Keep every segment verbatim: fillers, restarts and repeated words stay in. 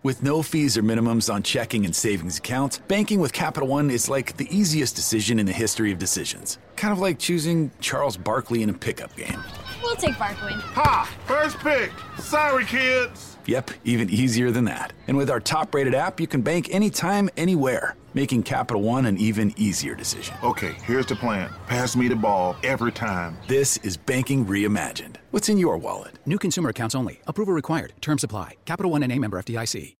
With no fees or minimums on checking and savings accounts, banking with Capital One is like the easiest decision in the history of decisions. Kind of like choosing Charles Barkley in a pickup game. We'll take Barkley. Ha! First pick. Sorry, kids. Yep, even easier than that. And with our top-rated app, you can bank anytime, anywhere, making Capital One an even easier decision. Okay, here's the plan. Pass me the ball every time. This is banking reimagined. What's in your wallet? New consumer accounts only. Approval required. Terms apply. Capital One N A member F D I C.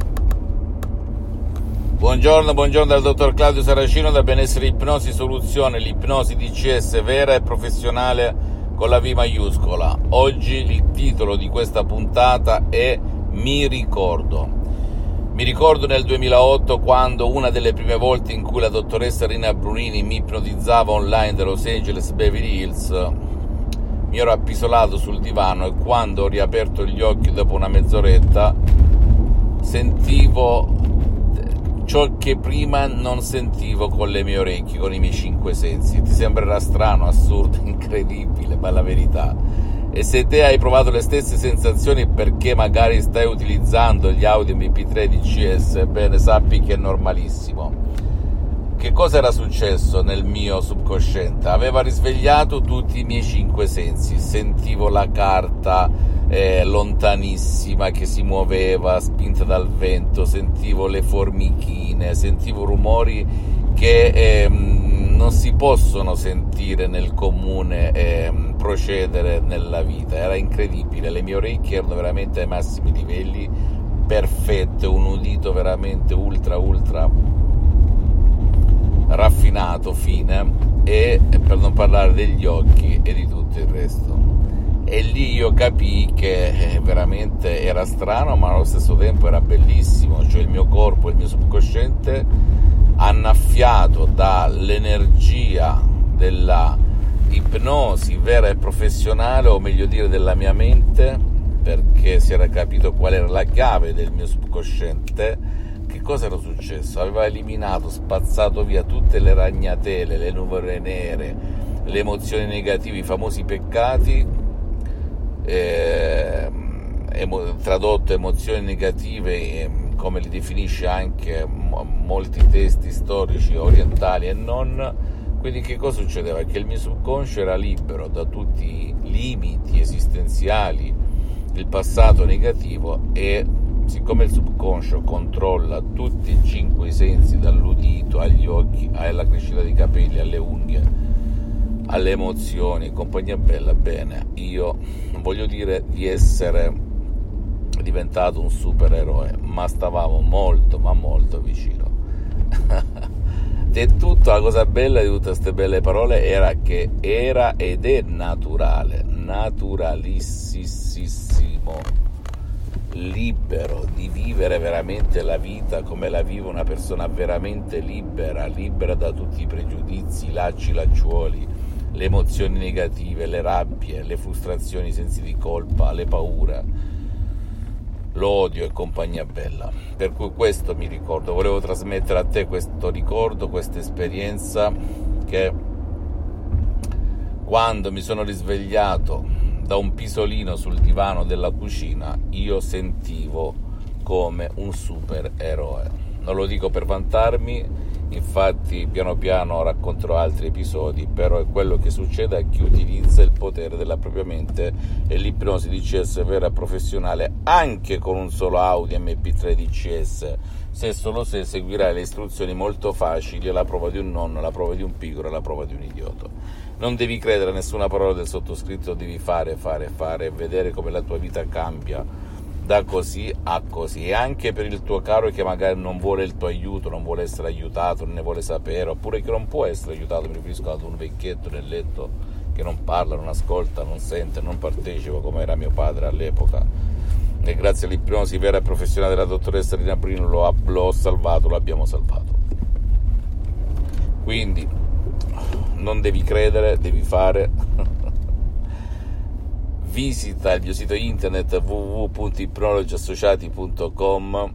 Buongiorno, buongiorno dal dottor Claudio Saracino da Benessere Ipnosi Soluzione, l'ipnosi D C S vera e professionale con la V maiuscola. Oggi il titolo di questa puntata è Mi ricordo. Mi ricordo nel duemilaotto, quando una delle prime volte in cui la dottoressa Rina Brunini mi ipnotizzava online da Los Angeles Beverly Hills, mi ero appisolato sul divano e quando ho riaperto gli occhi dopo una mezz'oretta sentivo ciò che prima non sentivo con le mie orecchie, con i miei cinque sensi. Ti sembrerà strano, assurdo, incredibile, ma è la verità. E se te hai provato le stesse sensazioni perché magari stai utilizzando gli audio M P tre D C S, bene, sappi che è normalissimo. Che cosa era successo nel mio subconsciente? Aveva risvegliato tutti i miei cinque sensi. Sentivo la carta eh, lontanissima che si muoveva spinta dal vento, sentivo le formichine, sentivo rumori che eh, non si possono sentire nel comune eh, procedere nella vita. Era incredibile, le mie orecchie erano veramente ai massimi livelli, perfette, un udito veramente ultra ultra raffinato, fine, e per non parlare degli occhi e di tutto il resto. E lì io capii che veramente era strano, ma allo stesso tempo era bellissimo. Cioè il mio corpo, il mio subconsciente, annaffiato dall'energia della ipnosi vera e professionale, o meglio dire della mia mente, perché si era capito qual era la chiave del mio subconsciente. Che cosa era successo? Aveva eliminato, spazzato via tutte le ragnatele, le nuvole nere, le emozioni negative, i famosi peccati, eh, emo, tradotto emozioni negative, eh, come li definisce anche mo, molti testi storici orientali e non. Quindi che cosa succedeva? Che il mio subconscio era libero da tutti i limiti esistenziali, il passato negativo, e siccome il subconscio controlla tutti e cinque i sensi, dall'udito agli occhi, alla crescita dei capelli, alle unghie, alle emozioni, compagnia bella, bene, io non voglio dire di essere diventato un supereroe, ma stavamo molto, ma molto vicino. E tutta la cosa bella di tutte queste belle parole era che era ed è naturale, naturalissimo, libero di vivere veramente la vita come la vive una persona veramente libera, libera da tutti i pregiudizi, i lacci, i lacciuoli, le emozioni negative, le rabbie, le frustrazioni, i sensi di colpa, le paure, l'odio e compagnia bella. Per cui questo mi ricordo, volevo trasmettere a te questo ricordo, questa esperienza, che quando mi sono risvegliato da un pisolino sul divano della cucina io sentivo come un supereroe. Non lo dico per vantarmi, infatti piano piano racconterò altri episodi, però è quello che succede a chi utilizza il potere della propria mente e l'ipnosi D C S vera e professionale, anche con un solo audio M P tre D C S, se solo se seguirai le istruzioni molto facili, alla prova di un nonno, alla prova di un pigro, alla prova di un idioto. Non devi credere a nessuna parola del sottoscritto, devi fare, fare, fare e vedere come la tua vita cambia da così a così. E anche per il tuo caro che magari non vuole il tuo aiuto, non vuole essere aiutato, non ne vuole sapere, oppure che non può essere aiutato, mi riferisco ad un vecchietto nel letto che non parla, non ascolta, non sente, non partecipa, come era mio padre all'epoca, e grazie all'ipnosi vera e professionale della dottoressa Rina Brunini l'ho, l'ho salvato, l'abbiamo salvato. Quindi non devi credere, devi fare. Visita il mio sito internet w w w punto ipnologi associati punto com,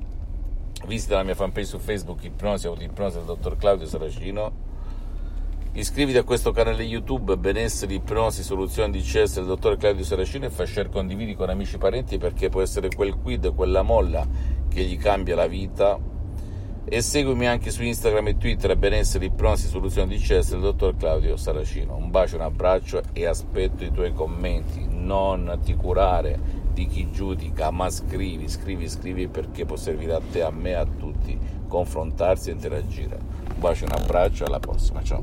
visita la mia fanpage su Facebook Ipnosi Autoipnosi del dottor Claudio Saracino, Iscriviti a questo canale YouTube Benessere, Ipnosi, Soluzioni D C S del dottor Claudio Saracino e fai share, condividi con amici e parenti, perché può essere quel quid, quella molla che gli cambia la vita. E seguimi anche su Instagram e Twitter Benessere, Ipnosi, Soluzioni D C S del dottor Claudio Saracino. Un bacio, un abbraccio e aspetto i tuoi commenti. Non ti curare di chi giudica, ma scrivi, scrivi, scrivi, perché può servire a te, a me, a tutti, confrontarsi e interagire. Un bacio, un abbraccio, alla prossima, ciao.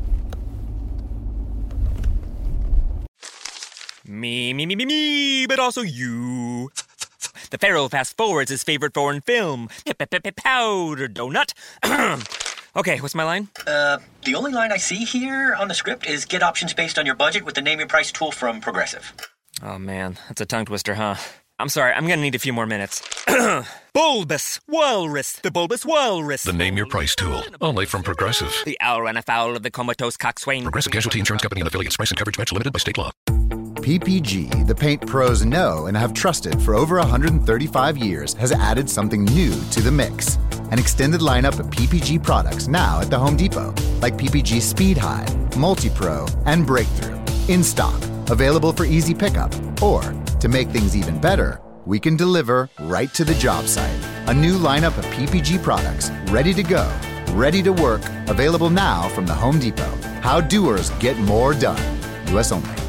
Me, me, me, me, me, but also you. The Pharaoh fast forwards his favorite foreign film, Powder Donut. Okay, what's my line? Uh, the only line I see here on the script is get options based on your budget with the Name Your Price tool from Progressive. Oh man, that's a tongue twister, huh? I'm sorry, I'm gonna need a few more minutes. Bulbous Walrus, the Bulbous Walrus. The Name Your Price tool, only from Progressive. The owl ran afoul of the comatose coxswain. Progressive Casualty Insurance Company and affiliates. Price and coverage match limited by state law. P P G, the paint pros know and have trusted for over one hundred thirty-five years, has added something new to the mix. An extended lineup of P P G products now at the Home Depot, like P P G Speed High, Multi-Pro, and Breakthrough. In stock, available for easy pickup. Or, to make things even better, we can deliver right to the job site. A new lineup of P P G products, ready to go, ready to work, available now from the Home Depot. How doers get more done. U S only.